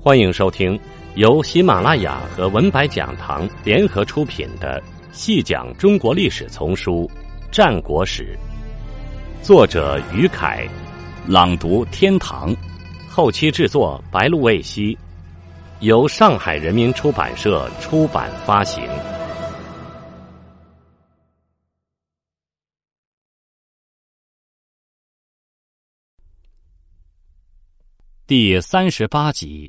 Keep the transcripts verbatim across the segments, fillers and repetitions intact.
欢迎收听由喜马拉雅和文白讲堂联合出品的细讲中国历史丛书《战国史》，作者于凯，朗读天堂，后期制作白露卫西，由上海人民出版社出版发行。第三十八集：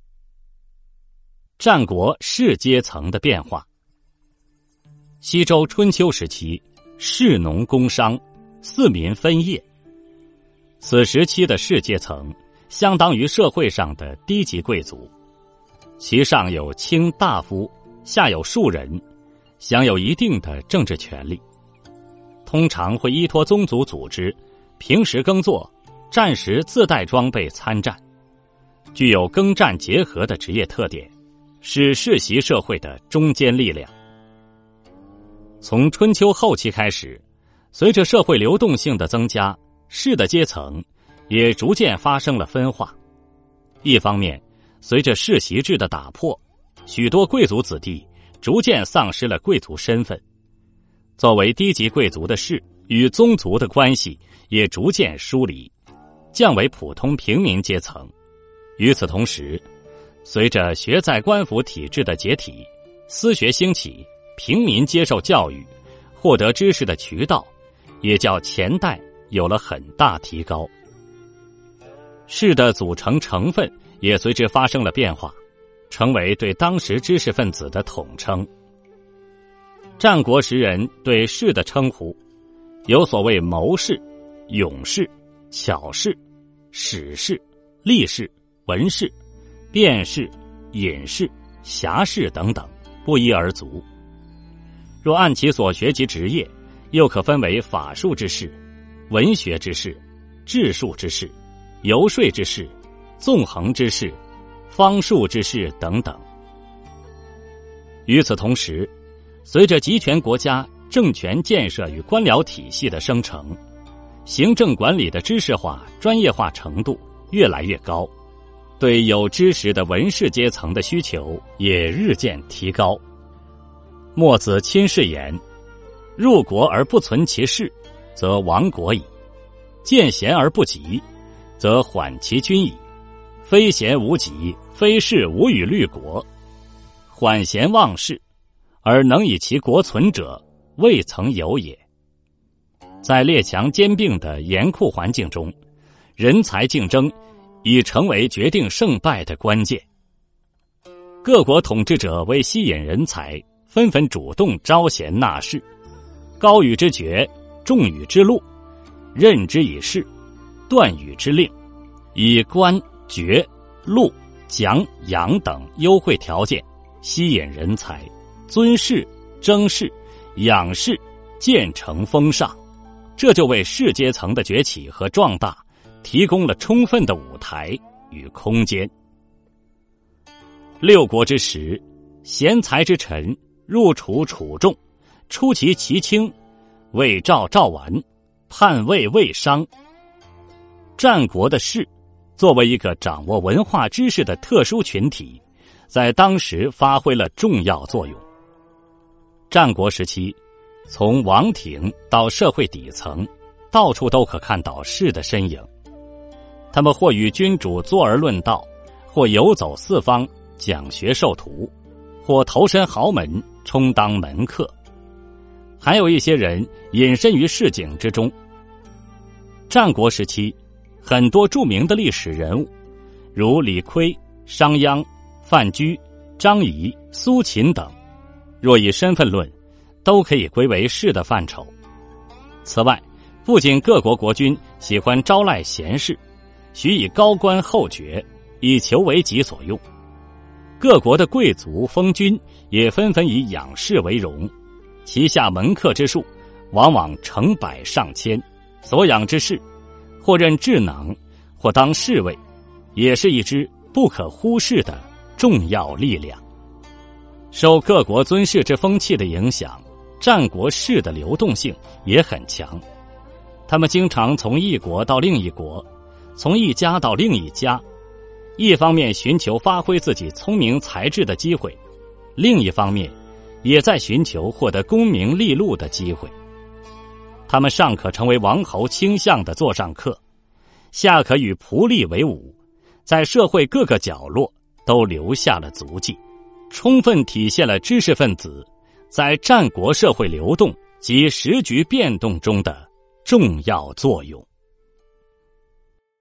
战国士阶层的变化。西周春秋时期，士农工商四民分业。此时期的士阶层相当于社会上的低级贵族，其上有卿大夫，下有庶人，享有一定的政治权利，通常会依托宗族组织，平时耕作，战时自带装备参战，具有耕战结合的职业特点，是世袭社会的中坚力量。从春秋后期开始，随着社会流动性的增加，士的阶层也逐渐发生了分化。一方面，随着世袭制的打破，许多贵族子弟逐渐丧失了贵族身份，作为低级贵族的士与宗族的关系也逐渐疏离，降为普通平民阶层。与此同时，随着学在官府体制的解体，私学兴起，平民接受教育，获得知识的渠道也较前代有了很大提高。士的组成成分也随之发生了变化，成为对当时知识分子的统称。战国时人对士的称呼有所谓谋士、勇士、巧士、史士、力士、文士、辩士、隐士、侠士等等，不一而足。若按其所学及职业，又可分为法术之士、文学之士、治术之士、游说之士、纵横之士、方术之士等等。与此同时，随着集权国家政权建设与官僚体系的生成，行政管理的知识化、专业化程度越来越高，对有知识的文士阶层的需求也日渐提高。墨子亲士言：入国而不存其士，则亡国矣；见贤而不及，则缓其君矣。非贤无己，非士无与虑国。缓贤忘士，而能以其国存者，未曾有也。在列强兼并的严酷环境中，人才竞争已成为决定胜败的关键。各国统治者为吸引人才，纷纷主动招贤纳士，高语之爵，重语之禄，任之以事，断语之令，以官、爵、禄、奖、养等优惠条件吸引人才，尊士、征士、养士，渐成风尚。这就为士阶层的崛起和壮大提供了充分的舞台与空间。六国之时，贤才之臣入楚楚仲，出其其卿，魏赵赵完，叛魏魏商。战国的士作为一个掌握文化知识的特殊群体，在当时发挥了重要作用。战国时期，从王庭到社会底层，到处都可看到士的身影。他们或与君主坐而论道，或游走四方讲学授徒，或投身豪门充当门客，还有一些人隐身于市井之中。战国时期，很多著名的历史人物，如李悝、商鞅、范雎、张仪、苏秦等，若以身份论，都可以归为士的范畴。此外，不仅各国国君喜欢招揽贤士，许以高官厚爵，以求为己所用，各国的贵族封君也纷纷以养士为荣，旗下门客之数往往成百上千，所养之士或任智囊，或当侍卫，也是一支不可忽视的重要力量。受各国尊士之风气的影响，战国士的流动性也很强，他们经常从一国到另一国，从一家到另一家， 一方面寻求发挥自己聪明才智的机会，另一方面也在寻求获得功名利禄的机会。他们上可成为王侯倾向的座上客，下可与仆隶为伍，在社会各个角落都留下了足迹，充分体现了知识分子在战国社会流动及时局变动中的重要作用。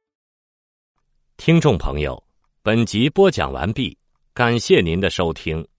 听众朋友，本集播讲完毕，感谢您的收听。